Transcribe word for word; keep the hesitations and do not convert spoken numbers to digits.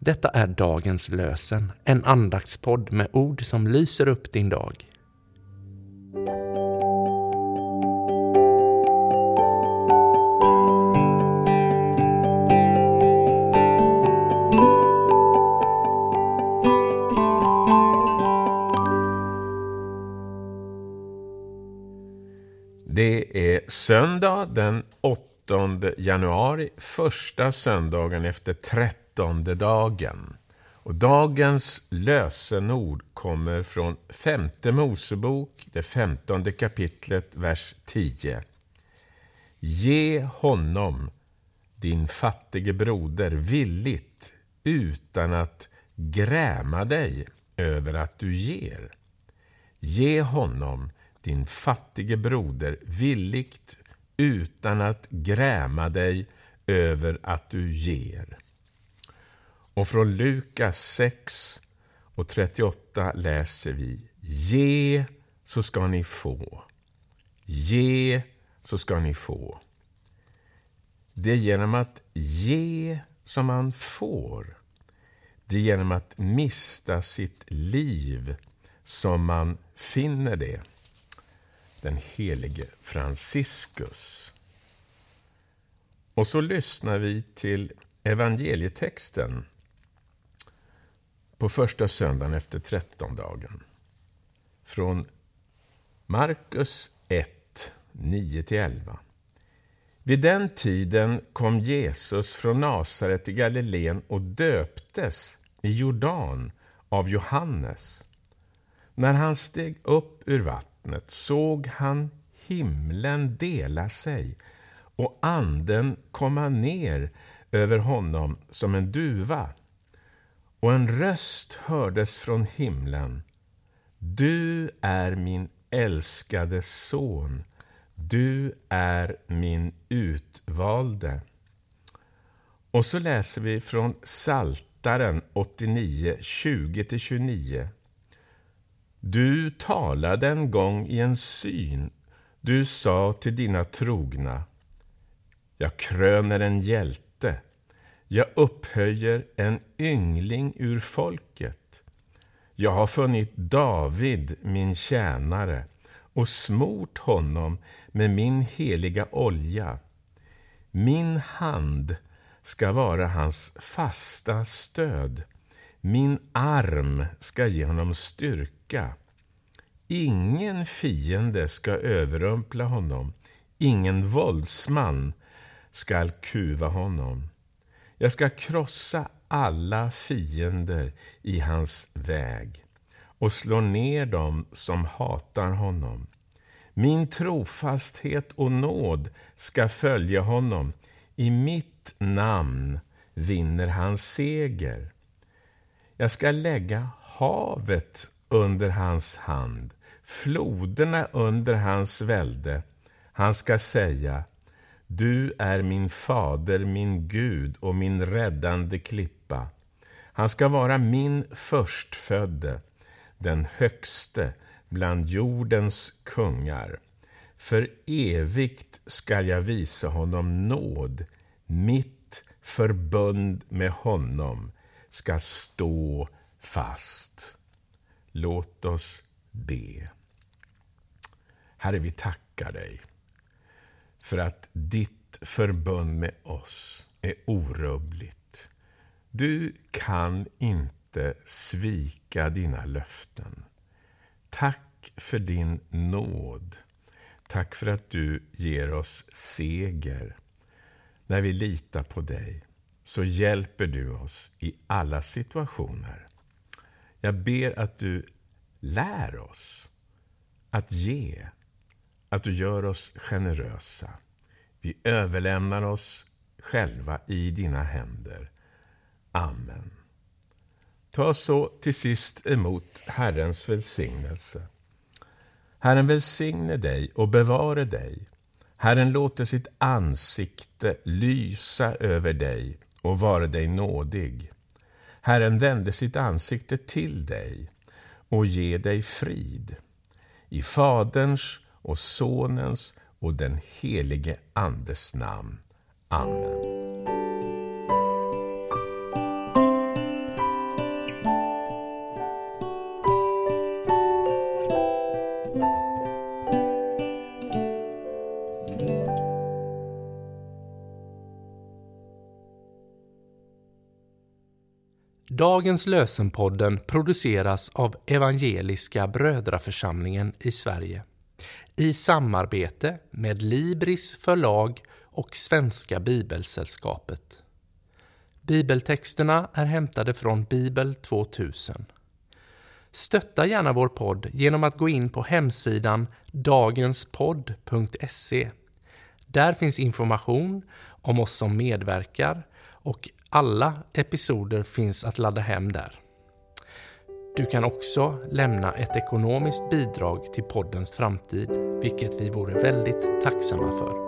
Detta är dagens lösen, en andaktspodd med ord som lyser upp din dag. Det är söndag den åttonde januari, första söndagen efter trettonde dagen. Och dagens lösenord kommer från femte Mosebok, det femtonde kapitlet, vers tio. Ge honom, din fattige broder, villigt utan att gräma dig över att du ger. Ge honom, din fattige broder, villigt utan att gräma dig över att du ger. Och från Lukas sex och trettioåtta läser vi: Ge så ska ni få. Ge så ska ni få. Det är genom att ge som man får. Det är genom att mista sitt liv som man finner det. Den helige Franciscus. Och så lyssnar vi till evangelietexten på första söndagen efter trettondagen. Från Markus ett, nio till elva. Vid den tiden kom Jesus från Nasaret i Galileen och döptes i Jordan av Johannes. När han steg upp ur vattnet såg han himlen dela sig och anden komma ner över honom som en duva. Och en röst hördes från himlen: Du är min älskade son, du är min utvalde. Och så läser vi från Psaltaren åttionio, tjugo till tjugonio. Du talade en gång i en syn. Du sa till dina trogna: Jag kröner en hjälte. Jag upphöjer en yngling ur folket. Jag har funnit David, min tjänare, och smort honom med min heliga olja. Min hand ska vara hans fasta stöd. Min arm ska ge honom styrka. Ingen fiende ska överrumpla honom. Ingen våldsman ska kuva honom. Jag ska krossa alla fiender i hans väg och slå ner dem som hatar honom. Min trofasthet och nåd ska följa honom. I mitt namn vinner han seger. Jag ska lägga havet under hans hand, floderna under hans välde. Han ska säga: Du är min fader, min Gud och min räddande klippa. Han ska vara min förstfödde, den högste bland jordens kungar. För evigt ska jag visa honom nåd. Mitt förbund med honom ska stå fast. Låt oss be. Herre, vi tackar dig för att ditt förbund med oss är orubbligt. Du kan inte svika dina löften. Tack för din nåd. Tack för att du ger oss seger. När vi litar på dig så hjälper du oss i alla situationer. Jag ber att du lär oss att ge, att du gör oss generösa. Vi överlämnar oss själva i dina händer. Amen. Ta så till sist emot Herrens välsignelse. Herren välsigne dig och bevare dig. Herren låter sitt ansikte lysa över dig och vara dig nådig. Herren vände sitt ansikte till dig och ge dig frid. I Faderns och Sonens och den helige Andes namn. Amen. Dagens lösenpodden produceras av Evangeliska Brödraförsamlingen i Sverige i samarbete med Libris förlag och Svenska Bibelsällskapet. Bibeltexterna är hämtade från Bibel tvåtusen. Stötta gärna vår podd genom att gå in på hemsidan dagenspodd punkt se. Där finns information om oss som medverkar och alla episoder finns att ladda hem där. Du kan också lämna ett ekonomiskt bidrag till poddens framtid, vilket vi vore väldigt tacksamma för.